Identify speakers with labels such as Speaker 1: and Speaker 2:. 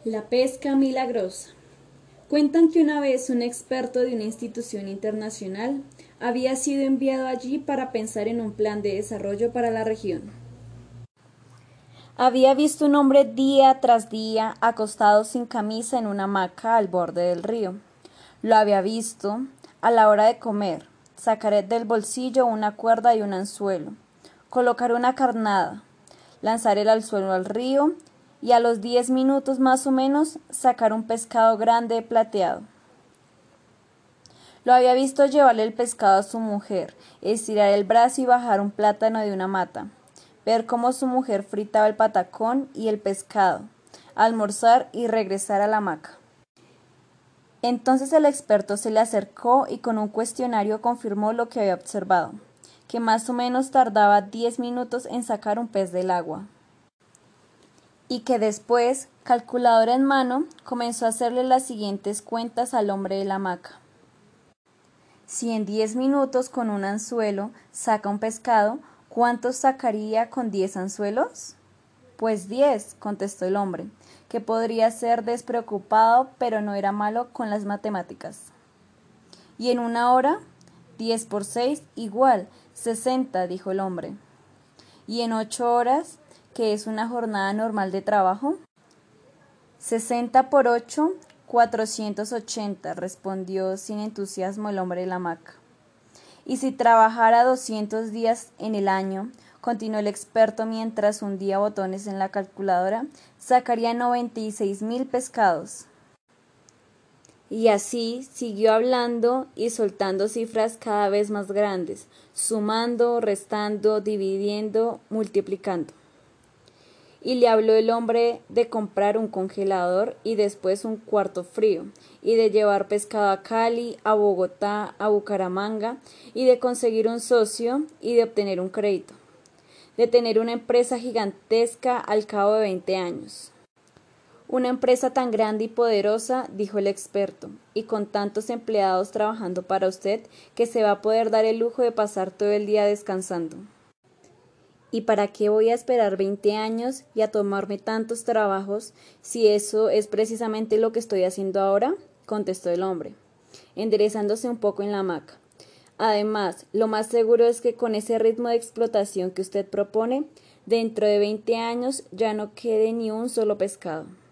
Speaker 1: La pesca milagrosa. Cuentan que una vez un experto de una institución internacional había sido enviado allí para pensar en un plan de desarrollo para la región. Había visto un hombre día tras día acostado sin camisa en una hamaca al borde del río. Lo había visto, a la hora de comer, sacar del bolsillo una cuerda y un anzuelo, colocar una carnada, lanzar el anzuelo al río y a los 10 minutos más o menos sacar un pescado grande plateado. Lo había visto llevarle el pescado a su mujer, estirar el brazo y bajar un plátano de una mata, ver cómo su mujer fritaba el patacón y el pescado, almorzar y regresar a la hamaca. Entonces el experto se le acercó y con un cuestionario confirmó lo que había observado, que más o menos tardaba 10 minutos en sacar un pez del agua. Y que después, calculadora en mano, comenzó a hacerle las siguientes cuentas al hombre de la hamaca. Si en 10 minutos con un anzuelo saca un pescado, ¿cuántos sacaría con 10 anzuelos? Pues 10, contestó el hombre, que podría ser despreocupado, pero no era malo con las matemáticas. ¿Y en una hora? 10 por 6 igual, 60, dijo el hombre. ¿Y en 8 horas, que es una jornada normal de trabajo? 60 por 8, 480, respondió sin entusiasmo el hombre de la hamaca. Y si trabajara 200 días en el año, continuó el experto mientras hundía botones en la calculadora, sacaría 96.000 pescados. Y así siguió hablando y soltando cifras cada vez más grandes, sumando, restando, dividiendo, multiplicando. Y le habló el hombre de comprar un congelador y después un cuarto frío, y de llevar pescado a Cali, a Bogotá, a Bucaramanga, y de conseguir un socio y de obtener un crédito, de tener una empresa gigantesca al cabo de 20 años. Una empresa tan grande y poderosa, dijo el experto, y con tantos empleados trabajando para usted, que se va a poder dar el lujo de pasar todo el día descansando. ¿Y para qué voy a esperar 20 años y a tomarme tantos trabajos si eso es precisamente lo que estoy haciendo ahora? Contestó el hombre, enderezándose un poco en la hamaca. Además, lo más seguro es que con ese ritmo de explotación que usted propone, dentro de 20 años ya no quede ni un solo pescado.